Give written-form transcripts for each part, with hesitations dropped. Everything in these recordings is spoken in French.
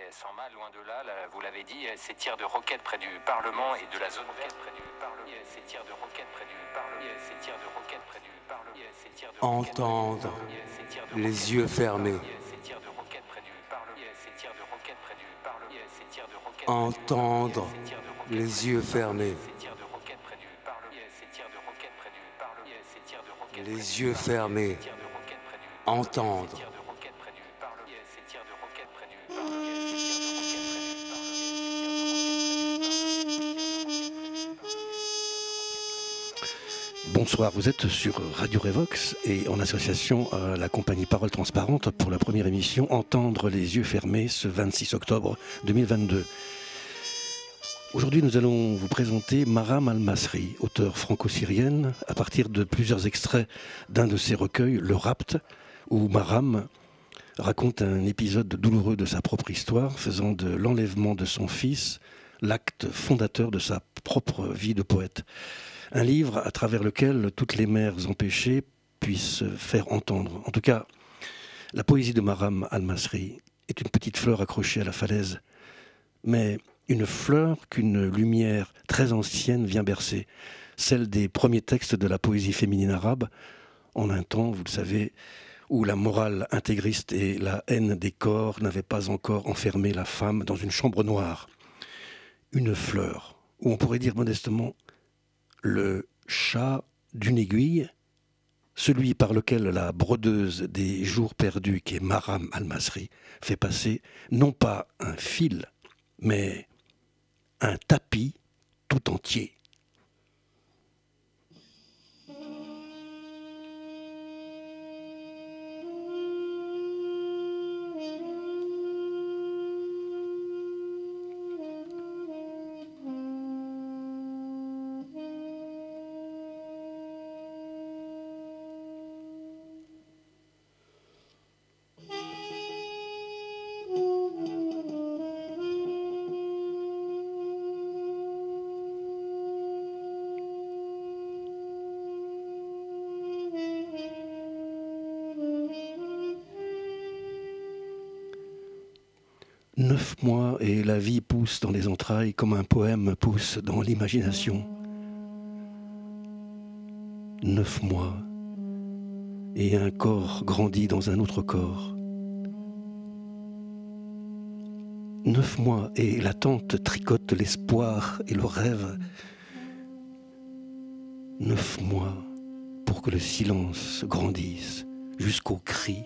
sans mal, loin de là, vous l'avez dit, ces tirs de roquettes près du Parlement et de la zone verte près du Parlement, ces tirs de roquettes près du Parlement, ces tirs de roquettes près du Parlement, ces tirs de entendre, les yeux fermés, ces tirs de roquettes près du Parlement, ces tirs de roquettes près du Parlement, ces tirs de roquettes entendre, les yeux fermés, ces tirs de roquettes près du Parlement, ces tirs de roquettes près du Parlement, ces tirs de roquettes les yeux fermés, entendre. Bonsoir, vous êtes sur Radio Revox et en association à la compagnie Parole Transparente pour la première émission Entendre les yeux fermés ce 26 octobre 2022. Aujourd'hui, nous allons vous présenter Maram Al-Masri, auteure franco-syrienne, à partir de plusieurs extraits d'un de ses recueils, Le Rapt, où Maram raconte un épisode douloureux de sa propre histoire, faisant de l'enlèvement de son fils l'acte fondateur de sa propre vie de poète. Un livre à travers lequel toutes les mères empêchées puissent faire entendre. En tout cas, la poésie de Maram Al-Masri est une petite fleur accrochée à la falaise, mais une fleur qu'une lumière très ancienne vient bercer, celle des premiers textes de la poésie féminine arabe, en un temps, vous le savez, où la morale intégriste et la haine des corps n'avaient pas encore enfermé la femme dans une chambre noire. Une fleur, ou on pourrait dire modestement le chat d'une aiguille, celui par lequel la brodeuse des jours perdus, qui est Maram Al-Masri, fait passer non pas un fil, mais un tapis tout entier. Neuf mois et la vie pousse dans les entrailles comme un poème pousse dans l'imagination. 9 mois et un corps grandit dans un autre corps. 9 mois et l'attente tricote l'espoir et le rêve. 9 mois pour que le silence grandisse jusqu'au cri.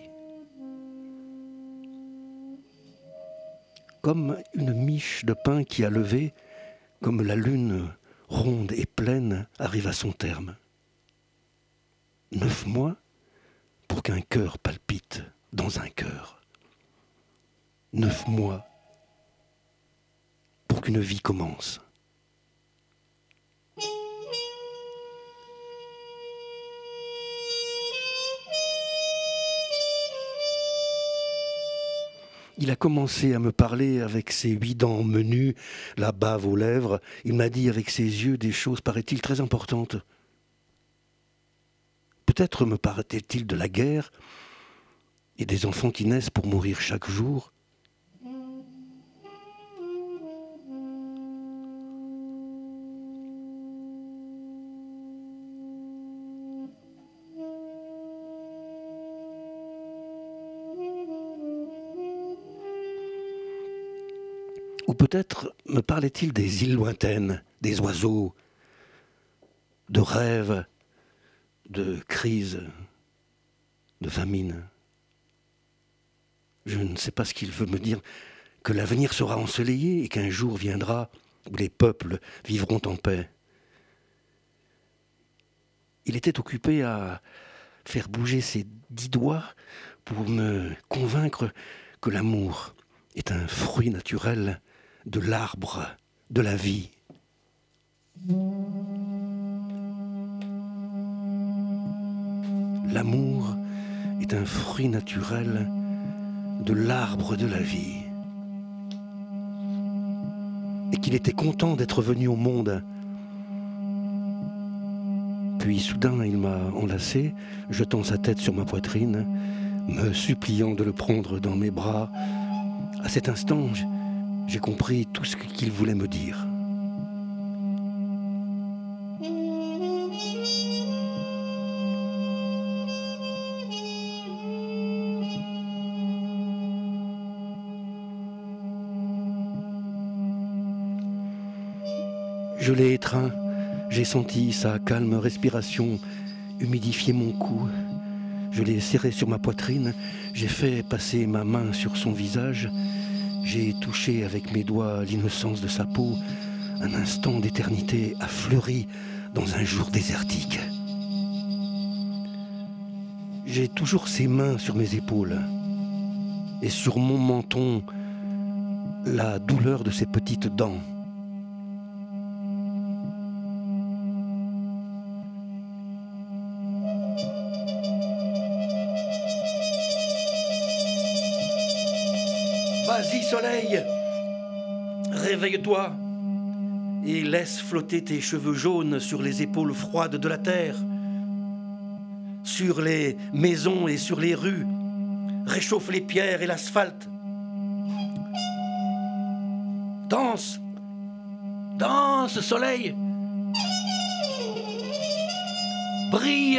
Comme une miche de pain qui a levé, comme la lune ronde et pleine arrive à son terme. 9 mois pour qu'un cœur palpite dans un cœur. 9 mois pour qu'une vie commence. Il a commencé à me parler avec ses 8 dents menues, la bave aux lèvres. Il m'a dit avec ses yeux des choses, paraît-il, très importantes. Peut-être me parlait-il de la guerre et des enfants qui naissent pour mourir chaque jour. Ou peut-être me parlait-il des îles lointaines, des oiseaux, de rêves, de crises, de famine. Je ne sais pas ce qu'il veut me dire, que l'avenir sera ensoleillé et qu'un jour viendra où les peuples vivront en paix. Il était occupé à faire bouger ses 10 doigts pour me convaincre que l'amour est un fruit naturel de l'arbre de la vie. L'amour est un fruit naturel de l'arbre de la vie. Et qu'il était content d'être venu au monde. Puis soudain, il m'a enlacé, jetant sa tête sur ma poitrine, me suppliant de le prendre dans mes bras. À cet instant, j'ai compris tout ce qu'il voulait me dire. Je l'ai étreint, j'ai senti sa calme respiration humidifier mon cou. Je l'ai serré sur ma poitrine, j'ai fait passer ma main sur son visage, j'ai touché avec mes doigts l'innocence de sa peau. Un instant d'éternité a fleuri dans un jour désertique. J'ai toujours ses mains sur mes épaules et sur mon menton la douleur de ses petites dents. Vas-y, soleil, réveille-toi et laisse flotter tes cheveux jaunes sur les épaules froides de la terre, sur les maisons et sur les rues. Réchauffe les pierres et l'asphalte. Danse, danse, soleil, brille.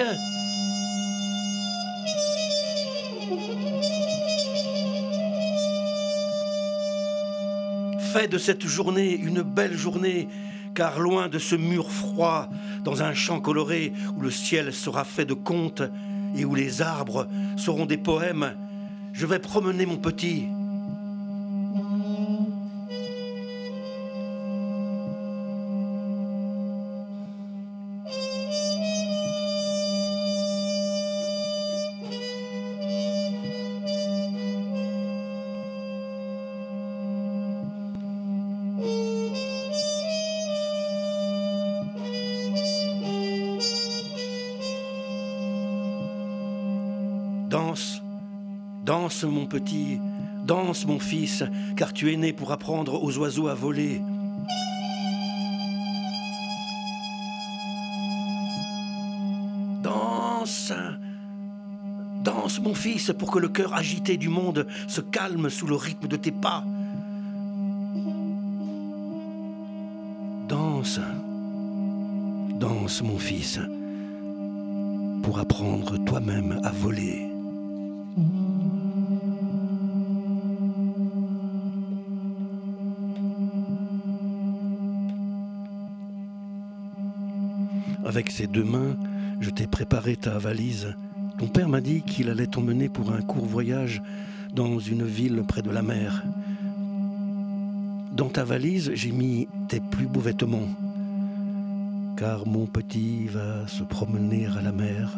Fais de cette journée une belle journée, car loin de ce mur froid, dans un champ coloré où le ciel sera fait de contes et où les arbres seront des poèmes, je vais promener mon petit. Danse, danse mon petit, danse mon fils, car tu es né pour apprendre aux oiseaux à voler. Danse, danse mon fils, pour que le cœur agité du monde se calme sous le rythme de tes pas. Danse, danse mon fils, pour apprendre toi-même à voler. Avec ses deux mains, je t'ai préparé ta valise. Ton père m'a dit qu'il allait t'emmener pour un court voyage dans une ville près de la mer. Dans ta valise, j'ai mis tes plus beaux vêtements, car mon petit va se promener à la mer.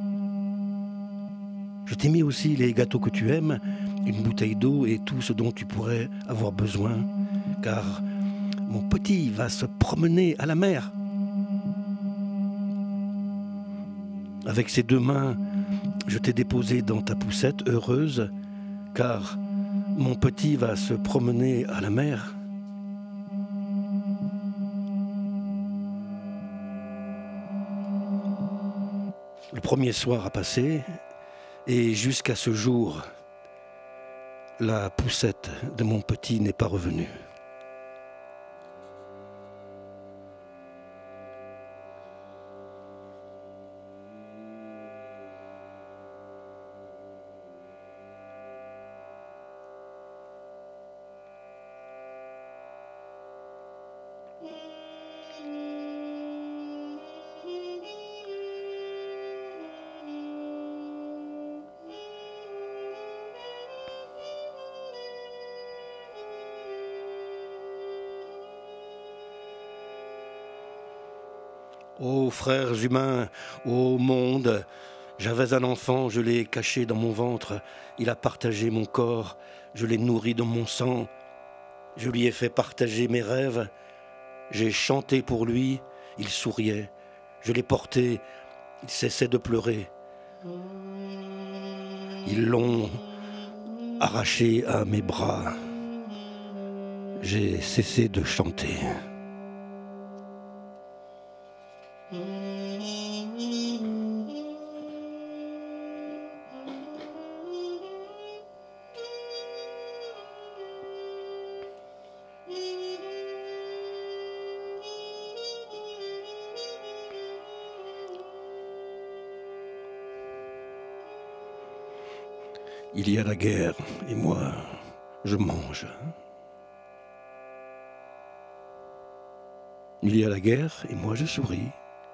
Je t'ai mis aussi les gâteaux que tu aimes, une bouteille d'eau et tout ce dont tu pourrais avoir besoin, car mon petit va se promener à la mer. Avec ces deux mains, je t'ai déposé dans ta poussette heureuse, car mon petit va se promener à la mer. Le premier soir a passé, et jusqu'à ce jour, la poussette de mon petit n'est pas revenue. Ô frères humains, ô monde, j'avais un enfant, je l'ai caché dans mon ventre, il a partagé mon corps, je l'ai nourri dans mon sang, je lui ai fait partager mes rêves, j'ai chanté pour lui, il souriait, je l'ai porté, il cessait de pleurer. Ils l'ont arraché à mes bras, j'ai cessé de chanter. Il y a la guerre, et moi, je mange. Il y a la guerre, et moi, je souris.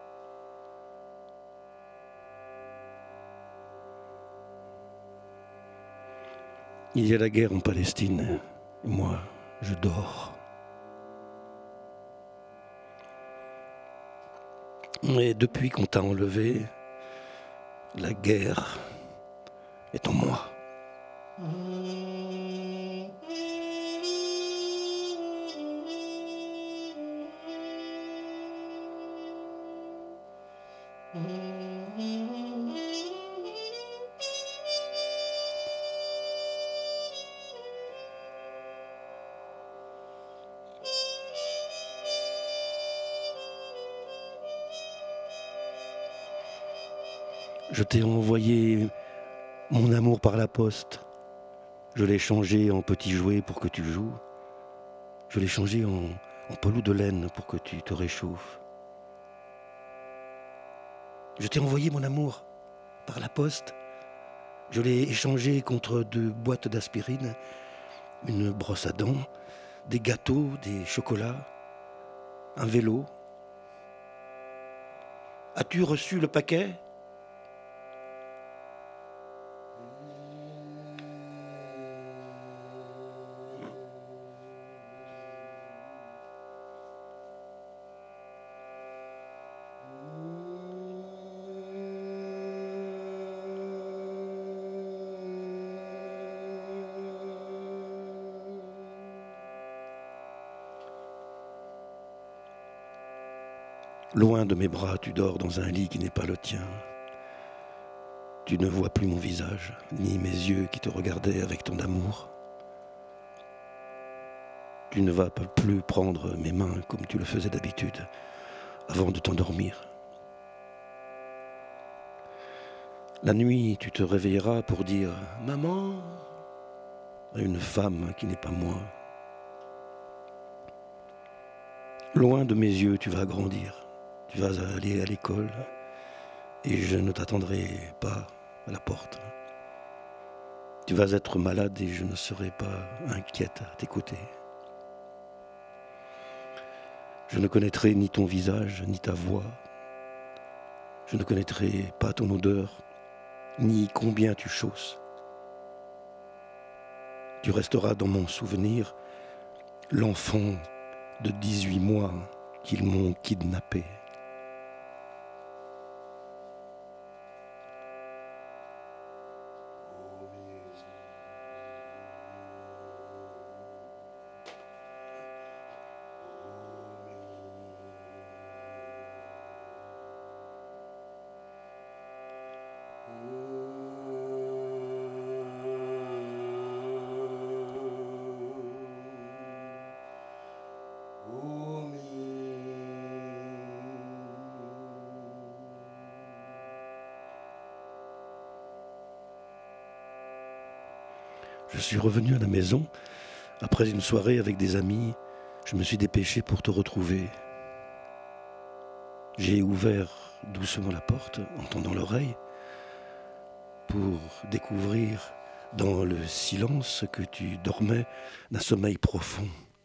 Il y a la guerre en Palestine, et moi, je dors. Et depuis qu'on t'a enlevé, la guerre est en moi. Je t'ai envoyé mon amour par la poste. Je l'ai changé en petit jouet pour que tu joues. Je l'ai changé en pelou de laine pour que tu te réchauffes. Je t'ai envoyé mon amour par la poste. Je l'ai échangé contre 2 boîtes d'aspirine, une brosse à dents, des gâteaux, des chocolats, un vélo. As-tu reçu le paquet ? Loin de mes bras, tu dors dans un lit qui n'est pas le tien. Tu ne vois plus mon visage, ni mes yeux qui te regardaient avec tant d'amour. Tu ne vas plus prendre mes mains comme tu le faisais d'habitude, avant de t'endormir. La nuit, tu te réveilleras pour dire « Maman » à une femme qui n'est pas moi. Loin de mes yeux, tu vas grandir. Tu vas aller à l'école et je ne t'attendrai pas à la porte. Tu vas être malade et je ne serai pas inquiète à tes côtés. Je ne connaîtrai ni ton visage, ni ta voix. Je ne connaîtrai pas ton odeur, ni combien tu chausses. Tu resteras dans mon souvenir, l'enfant de 18 mois qu'ils m'ont kidnappé. Je suis revenu à la maison. Après une soirée avec des amis, je me suis dépêché pour te retrouver. J'ai ouvert doucement la porte, en tendant l'oreille, pour découvrir dans le silence que tu dormais d'un sommeil profond.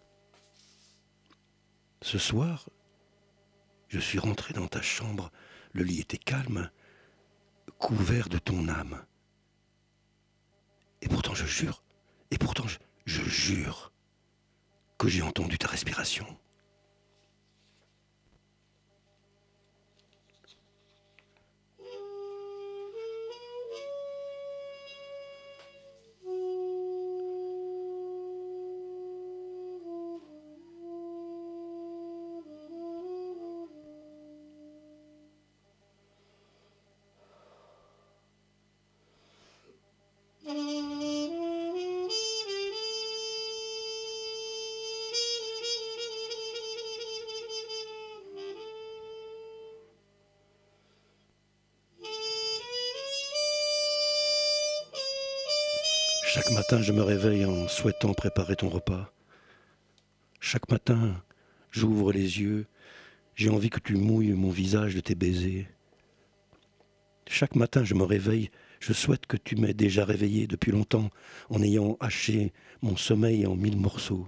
Ce soir, je suis rentré dans ta chambre. Le lit était calme, couvert de ton âme. Et pourtant je jure, je jure que j'ai entendu ta respiration. Chaque matin, je me réveille en souhaitant préparer ton repas. Chaque matin, j'ouvre les yeux, j'ai envie que tu mouilles mon visage de tes baisers. Chaque matin, je me réveille. Je souhaite que tu m'aies déjà réveillé depuis longtemps en ayant haché mon sommeil en 1000 morceaux.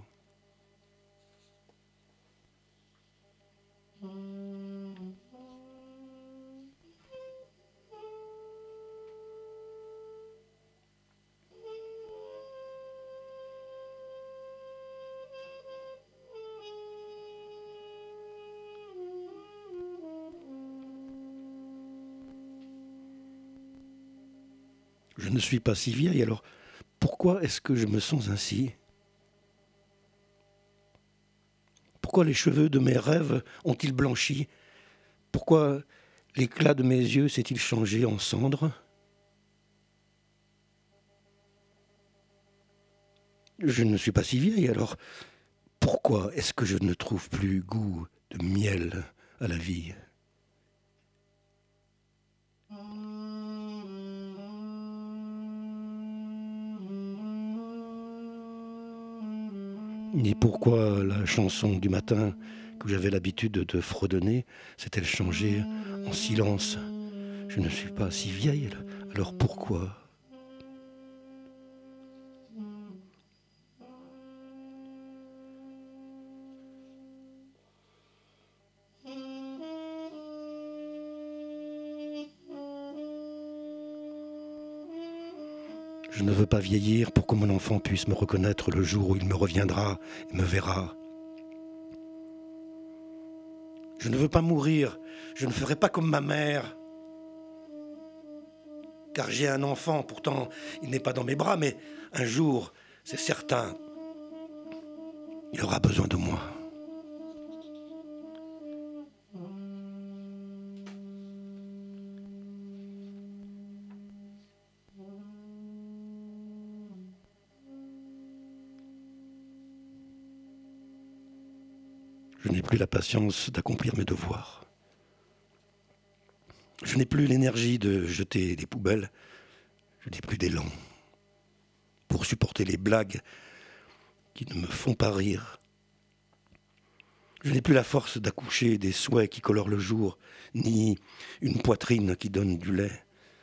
Je ne suis pas si vieille, alors pourquoi est-ce que je me sens ainsi ? Pourquoi les cheveux de mes rêves ont-ils blanchi ? Pourquoi l'éclat de mes yeux s'est-il changé en cendres ? Je ne suis pas si vieille, alors pourquoi est-ce que je ne trouve plus goût de miel à la vie ? Ni pourquoi la chanson du matin que j'avais l'habitude de fredonner s'est-elle changée en silence ? Je ne suis pas si vieille, alors pourquoi ? Je ne veux pas vieillir pour que mon enfant puisse me reconnaître le jour où il me reviendra et me verra. Je ne veux pas mourir, je ne ferai pas comme ma mère. Car j'ai un enfant, pourtant il n'est pas dans mes bras, mais un jour, c'est certain, il aura besoin de moi. Je n'ai plus la patience d'accomplir mes devoirs. Je n'ai plus l'énergie de jeter des poubelles. Je n'ai plus d'élan pour supporter les blagues qui ne me font pas rire. Je n'ai plus la force d'accoucher des souhaits qui colorent le jour, ni une poitrine qui donne du lait.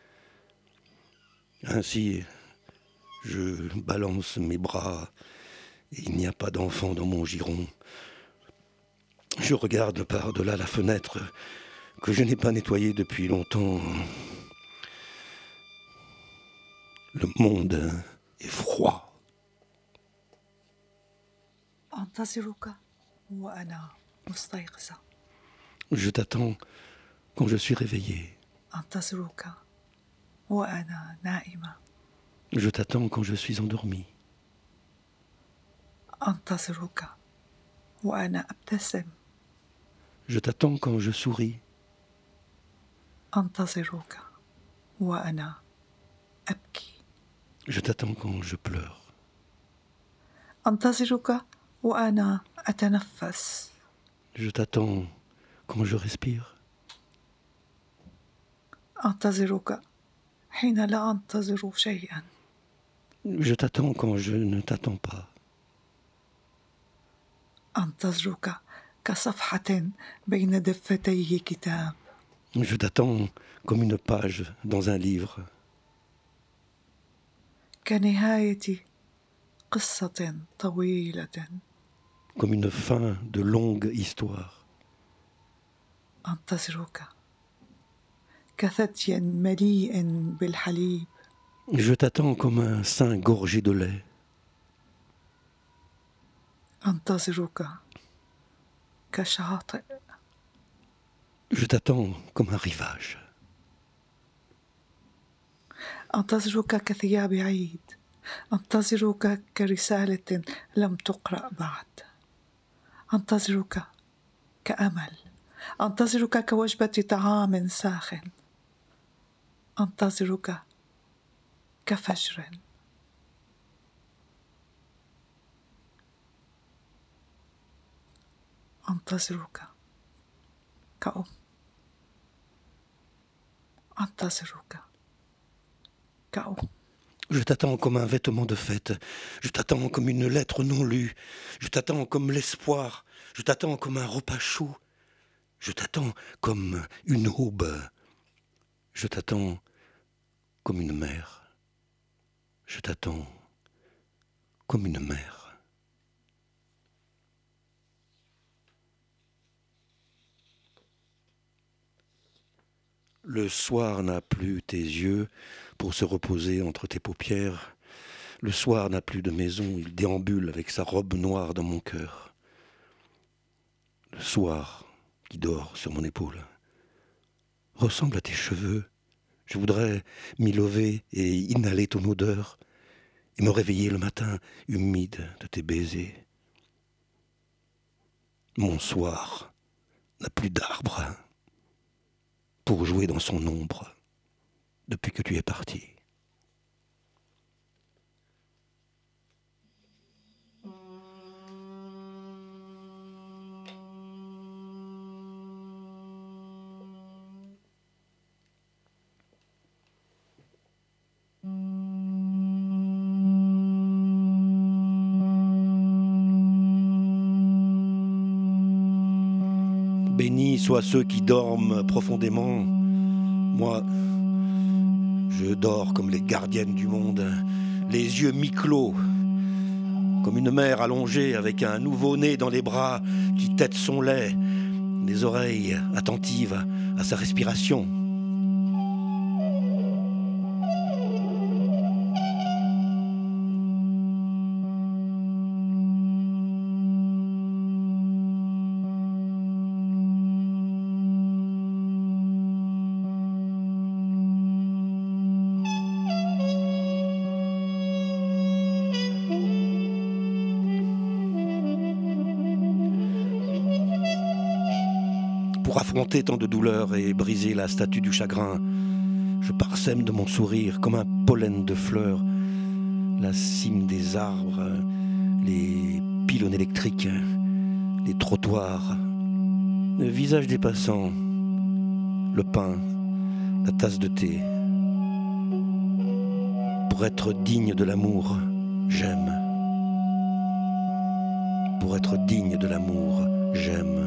Ainsi, je balance mes bras et il n'y a pas d'enfant dans mon giron. Je regarde par-delà la fenêtre que je n'ai pas nettoyée depuis longtemps. Le monde est froid. Je t'attends quand je suis réveillée. Je t'attends quand je suis endormie. Je t'attends quand je souris. Je t'attends quand je pleure. Je t'attends quand je respire. Je t'attends quand je ne t'attends pas. Je t'attends comme une page dans un livre. Comme une fin de longue histoire. Je t'attends comme un sein gorgé de lait. Je t'attends comme un rivage. أنتظرك كأم أنتظرك كأم. Je t'attends comme un vêtement de fête. Je t'attends comme une lettre non lue. Je t'attends comme l'espoir. Je t'attends comme un repas chaud. Je t'attends comme une aube. Je t'attends comme une mère. Je t'attends comme une mère. Le soir n'a plus tes yeux pour se reposer entre tes paupières. Le soir n'a plus de maison, il déambule avec sa robe noire dans mon cœur. Le soir qui dort sur mon épaule ressemble à tes cheveux. Je voudrais m'y lever et inhaler ton odeur et me réveiller le matin humide de tes baisers. Mon soir n'a plus d'arbre pour jouer dans son ombre depuis que tu es parti. Bénis soient ceux qui dorment profondément. Moi, je dors comme les gardiennes du monde, les yeux mi-clos, comme une mère allongée avec un nouveau-né dans les bras qui tète son lait, les oreilles attentives à sa respiration. Pour affronter tant de douleurs et briser la statue du chagrin, je parsème de mon sourire comme un pollen de fleurs la cime des arbres, les pylônes électriques, les trottoirs, le visage des passants, le pain, la tasse de thé. Pour être digne de l'amour, j'aime. Pour être digne de l'amour, j'aime.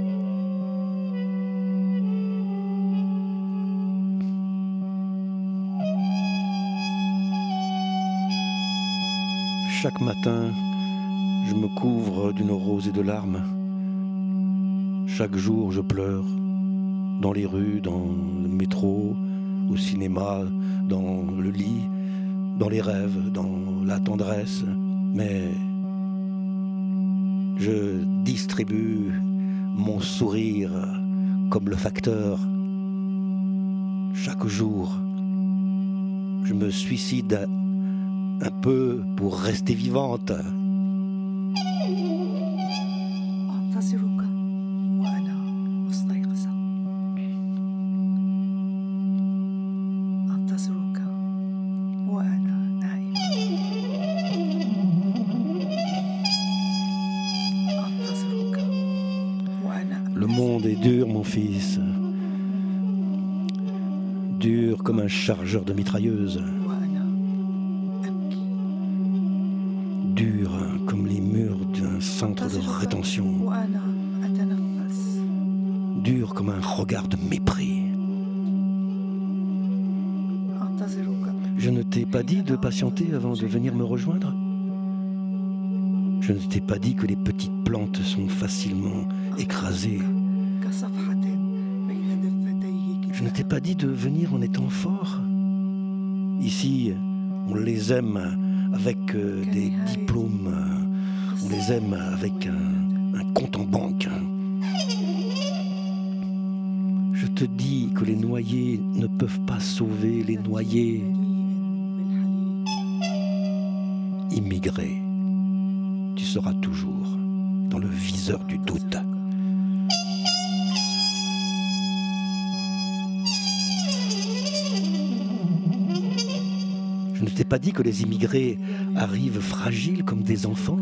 Chaque matin, je me couvre d'une rose et de larmes. Chaque jour, je pleure. Dans les rues, dans le métro, au cinéma, dans le lit, dans les rêves, dans la tendresse. Mais je distribue mon sourire comme le facteur. Chaque jour, je me suicide un peu pour rester vivante. أنتظرك وأنا مستيقظة. أنتظرك وأنا نائمة. أنتظرك وأنا Le monde est dur, mon fils. Dur comme un chargeur de mitrailleuse. Dur comme les murs d'un centre de rétention. Dur comme un regard de mépris. Je ne t'ai pas dit de patienter avant de venir me rejoindre? Je ne t'ai pas dit que les petites plantes sont facilement écrasées? Je ne t'ai pas dit de venir en étant fort? Ici, on les aime avec des diplômes, on les aime avec un compte en banque. Je te dis que les noyés ne peuvent pas sauver les noyés. Immigré, tu seras toujours dans le viseur du doute. Je ne t'ai pas dit que les immigrés arrivent fragiles comme des enfants.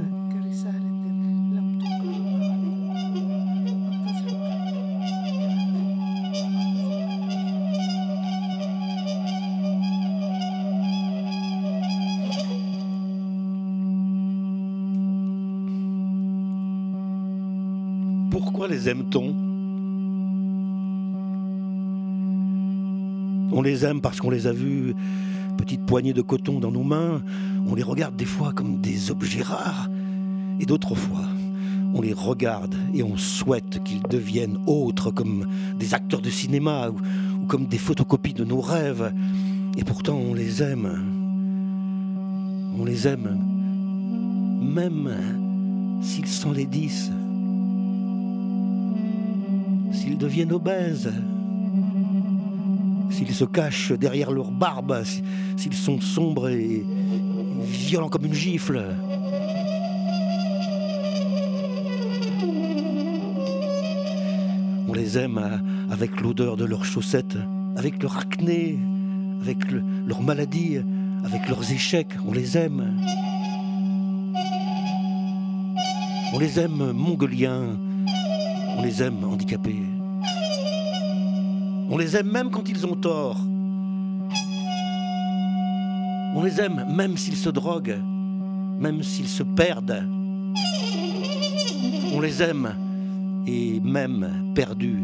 Pourquoi les aime-t-on? On les aime parce qu'on les a vus, petites poignées de coton dans nos mains. On les regarde des fois comme des objets rares. Et d'autres fois, on les regarde et on souhaite qu'ils deviennent autres, comme des acteurs de cinéma ou comme des photocopies de nos rêves. Et pourtant, on les aime. On les aime, même s'ils s'enlaidissent, s'ils deviennent obèses, s'ils se cachent derrière leur barbe, s'ils sont sombres et violents comme une gifle. On les aime avec l'odeur de leurs chaussettes, avec leur acné, avec leur maladie, avec leurs échecs. On les aime. On les aime mongoliens, on les aime handicapés. On les aime même quand ils ont tort. On les aime même s'ils se droguent, même s'ils se perdent. On les aime et même perdus.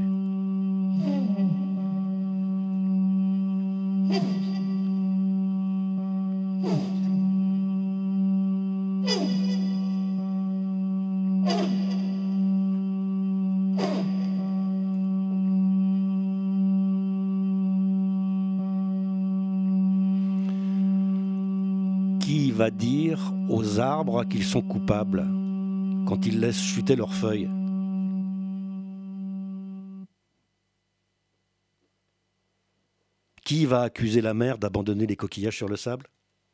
Qui va dire aux arbres qu'ils sont coupables quand ils laissent chuter leurs feuilles? Qui va accuser la mer d'abandonner les coquillages sur le sable?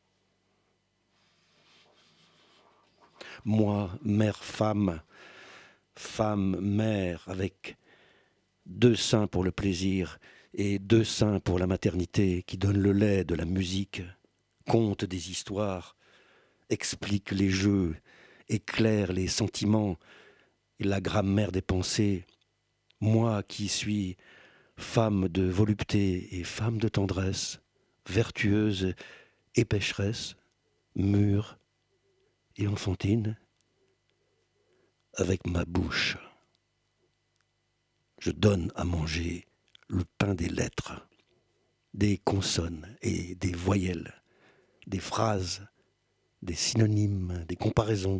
Moi, mère, femme, mère, avec 2 seins pour le plaisir et 2 seins pour la maternité, qui donne le lait de la musique, conte des histoires, explique les jeux, éclaire les sentiments et la grammaire des pensées. Moi qui suis femme de volupté et femme de tendresse, vertueuse et pécheresse, mûre et enfantine, avec ma bouche, je donne à manger le pain des lettres, des consonnes et des voyelles, des phrases, des synonymes, des comparaisons.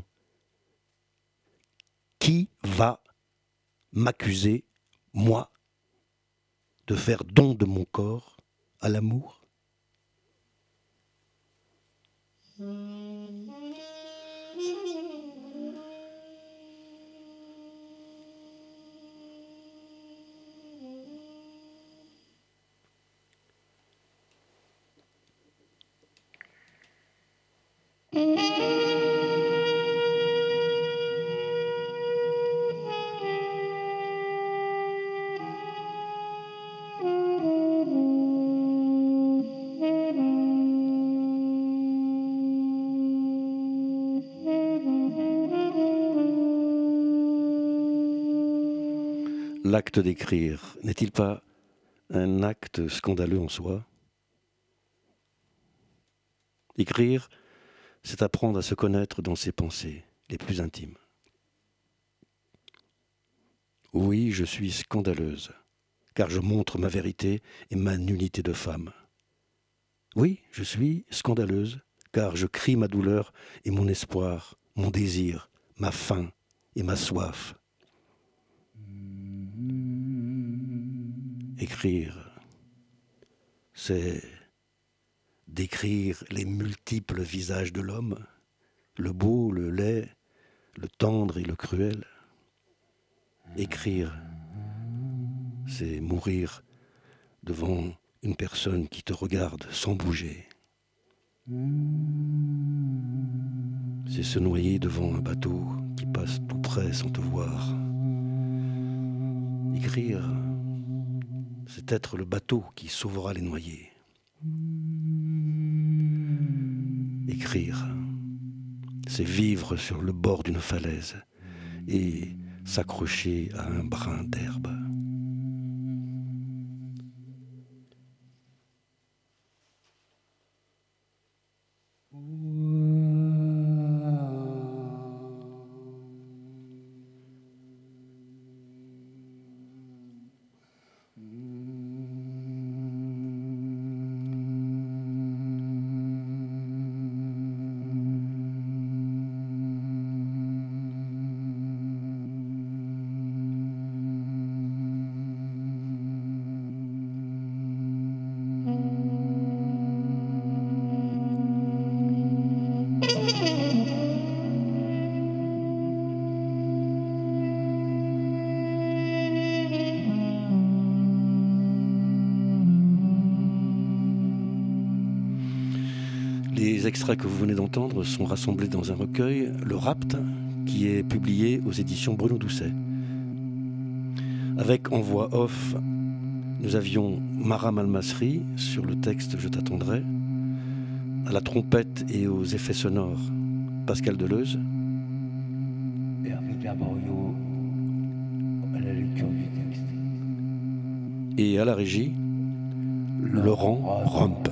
Qui va m'accuser, moi, de faire don de mon corps à l'amour? L'acte d'écrire n'est-il pas un acte scandaleux en soi? Écrire, c'est apprendre à se connaître dans ses pensées les plus intimes. Oui, je suis scandaleuse, car je montre ma vérité et ma nullité de femme. Oui, je suis scandaleuse, car je crie ma douleur et mon espoir, mon désir, ma faim et ma soif. Écrire, c'est décrire les multiples visages de l'homme, le beau, le laid, le tendre et le cruel. Écrire, c'est mourir devant une personne qui te regarde sans bouger. C'est se noyer devant un bateau qui passe tout près sans te voir. Écrire, c'est être le bateau qui sauvera les noyés. Écrire, c'est vivre sur le bord d'une falaise et s'accrocher à un brin d'herbe. Les extraits que vous venez d'entendre sont rassemblés dans un recueil, Le Rapt, qui est publié aux éditions Bruno Doucet. Avec en voix off, nous avions Mara Malmasri sur le texte Je t'attendrai, à la trompette et aux effets sonores, Pascal Deleuze. Hervé Gaborio à la lecture du texte. Et à la régie, Laurent Rump.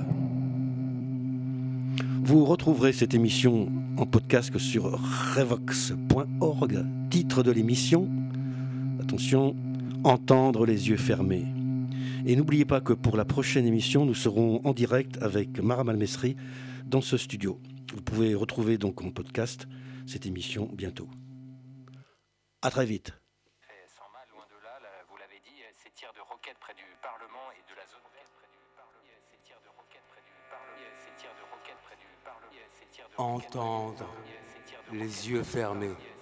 Vous retrouverez cette émission en podcast sur revox.org. Titre de l'émission, attention, Entendre les yeux fermés. Et n'oubliez pas que pour la prochaine émission, nous serons en direct avec Mara Malmesri dans ce studio. Vous pouvez retrouver donc en podcast cette émission bientôt. À très vite. Sans mal, loin de là, vous l'avez dit, ces tirs de roquettes près du Parlement et de la zone. Ces tirs de roquettes près du Parlement. Ces tirs de roquettes près du Parlement. Entendre les yeux fermés.